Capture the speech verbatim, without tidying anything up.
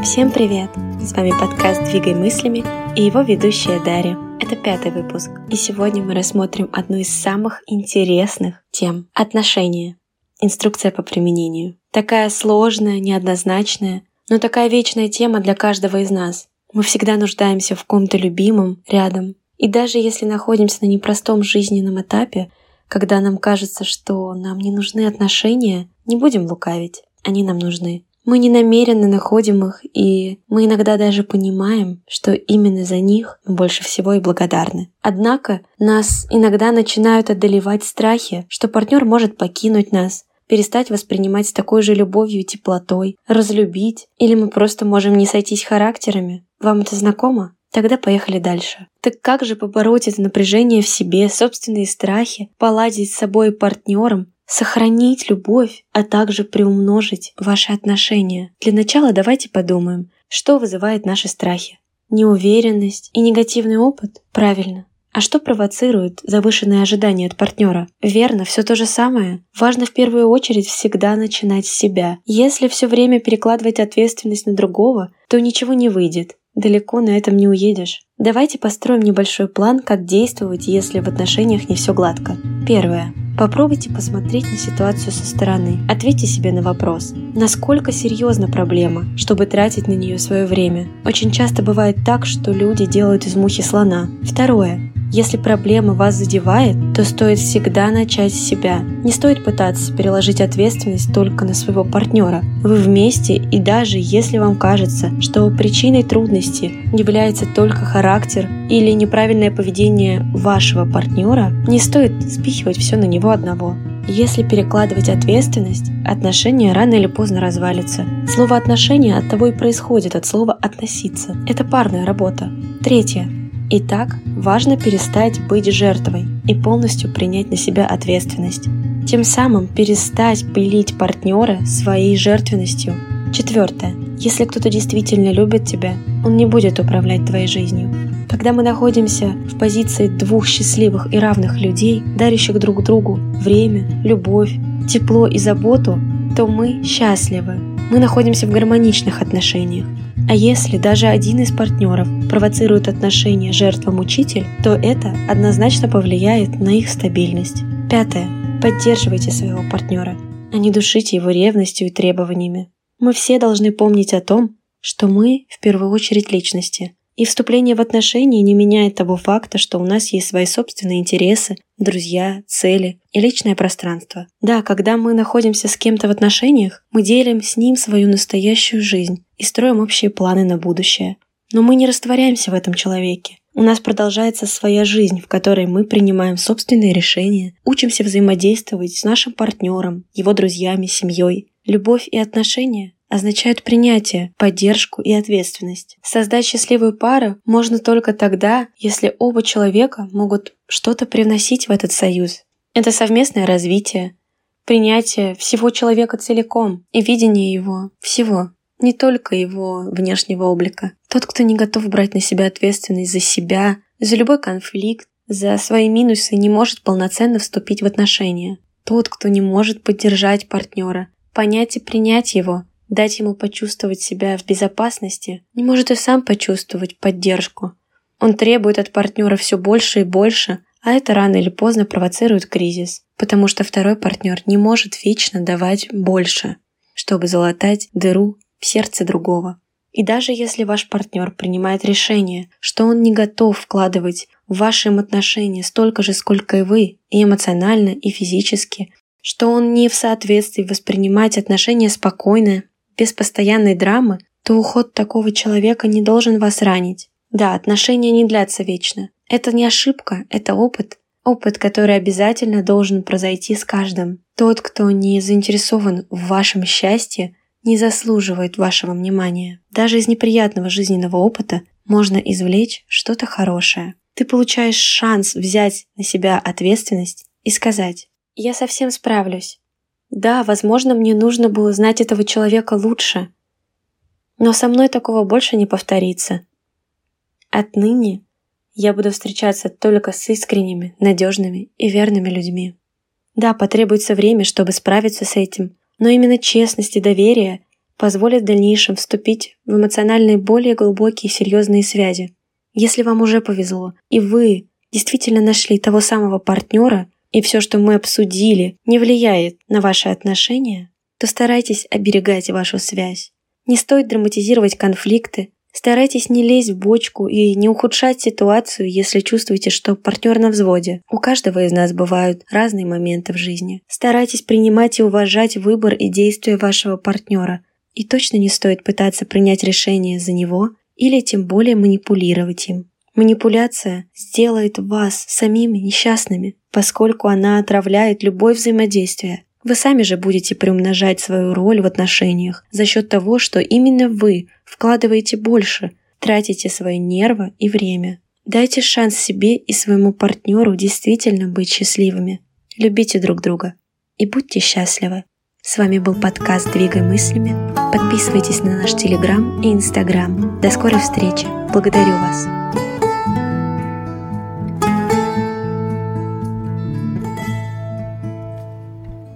Всем привет! С вами подкаст «Двигай мыслями» и его ведущая Дарья. Это пятый выпуск, и сегодня мы рассмотрим одну из самых интересных тем – отношения. Инструкция по применению. Такая сложная, неоднозначная, но такая вечная тема для каждого из нас. Мы всегда нуждаемся в ком-то любимом рядом. И даже если находимся на непростом жизненном этапе, когда нам кажется, что нам не нужны отношения, не будем лукавить, они нам нужны. Мы не намеренно находим их, и мы иногда даже понимаем, что именно за них мы больше всего и благодарны. Однако нас иногда начинают одолевать страхи, что партнер может покинуть нас, перестать воспринимать с такой же любовью и теплотой, разлюбить, или мы просто можем не сойтись характерами. Вам это знакомо? Тогда поехали дальше. Так как же побороть это напряжение в себе, собственные страхи, поладить с собой и партнером, сохранить любовь, а также приумножить ваши отношения? Для начала давайте подумаем, что вызывает наши страхи. Неуверенность и негативный опыт? Правильно. А что провоцирует завышенные ожидания от партнера? Верно, все то же самое. Важно в первую очередь всегда начинать с себя. Если все время перекладывать ответственность на другого, то ничего не выйдет. Далеко на этом не уедешь. Давайте построим небольшой план, как действовать, если в отношениях не все гладко. Первое. Попробуйте посмотреть на ситуацию со стороны. Ответьте себе на вопрос, насколько серьезна проблема, чтобы тратить на нее свое время. Очень часто бывает так, что люди делают из мухи слона. Второе. Если проблема вас задевает, то стоит всегда начать с себя. Не стоит пытаться переложить ответственность только на своего партнера. Вы вместе, и даже если вам кажется, что причиной трудности является только характер или неправильное поведение вашего партнера, не стоит спихивать все на него одного. Если перекладывать ответственность, отношения рано или поздно развалятся. Слово «отношения» от того и происходит, от слова «относиться». Это парная работа. Третье. Итак, важно перестать быть жертвой и полностью принять на себя ответственность. Тем самым перестать пылить партнера своей жертвенностью. Четвертое. Если кто-то действительно любит тебя, он не будет управлять твоей жизнью. Когда мы находимся в позиции двух счастливых и равных людей, дарящих друг другу время, любовь, тепло и заботу, то мы счастливы. Мы находимся в гармоничных отношениях. А если даже один из партнеров провоцирует отношения жертва-мучитель, то это однозначно повлияет на их стабильность. Пятое. Поддерживайте своего партнера, а не душите его ревностью и требованиями. Мы все должны помнить о том, что мы в первую очередь личности. И вступление в отношения не меняет того факта, что у нас есть свои собственные интересы, друзья, цели и личное пространство. Да, когда мы находимся с кем-то в отношениях, мы делим с ним свою настоящую жизнь и строим общие планы на будущее. Но мы не растворяемся в этом человеке. У нас продолжается своя жизнь, в которой мы принимаем собственные решения, учимся взаимодействовать с нашим партнером, его друзьями, семьей. Любовь и отношения означают принятие, поддержку и ответственность. Создать счастливую пару можно только тогда, если оба человека могут что-то привносить в этот союз. Это совместное развитие, принятие всего человека целиком и видение его всего, не только его внешнего облика. Тот, кто не готов брать на себя ответственность за себя, за любой конфликт, за свои минусы, не может полноценно вступить в отношения. Тот, кто не может поддержать партнера, понять и принять его, дать ему почувствовать себя в безопасности, не может и сам почувствовать поддержку. Он требует от партнера все больше и больше, а это рано или поздно провоцирует кризис, потому что второй партнер не может вечно давать больше, чтобы залатать дыру в сердце другого. И даже если ваш партнер принимает решение, что он не готов вкладывать в ваши отношения столько же, сколько и вы, и эмоционально, и физически, что он не в соответствии воспринимать отношения спокойно, без постоянной драмы, то уход такого человека не должен вас ранить. Да, отношения не длятся вечно. Это не ошибка, это опыт. Опыт, который обязательно должен произойти с каждым. Тот, кто не заинтересован в вашем счастье, не заслуживает вашего внимания. Даже из неприятного жизненного опыта можно извлечь что-то хорошее. Ты получаешь шанс взять на себя ответственность и сказать: «Я совсем справлюсь. Да, возможно, мне нужно было знать этого человека лучше, но со мной такого больше не повторится. Отныне я буду встречаться только с искренними, надежными и верными людьми. Да, потребуется время, чтобы справиться с этим, но именно честность и доверие позволит в дальнейшем вступить в эмоциональные более глубокие и серьезные связи. Если вам уже повезло, и вы действительно нашли того самого партнера, и все, что мы обсудили, не влияет на ваши отношения, то старайтесь оберегать вашу связь. Не стоит драматизировать конфликты, старайтесь не лезть в бочку и не ухудшать ситуацию, если чувствуете, что партнер на взводе. У каждого из нас бывают разные моменты в жизни. Старайтесь принимать и уважать выбор и действия вашего партнера. И точно не стоит пытаться принять решение за него или тем более манипулировать им. Манипуляция сделает вас самими несчастными, поскольку она отравляет любое взаимодействие. Вы сами же будете приумножать свою роль в отношениях за счет того, что именно вы вкладываете больше, тратите свои нервы и время. Дайте шанс себе и своему партнеру действительно быть счастливыми. Любите друг друга и будьте счастливы. С вами был подкаст «Двигай мыслями». Подписывайтесь на наш Телеграм и Инстаграм. До скорой встречи. Благодарю вас.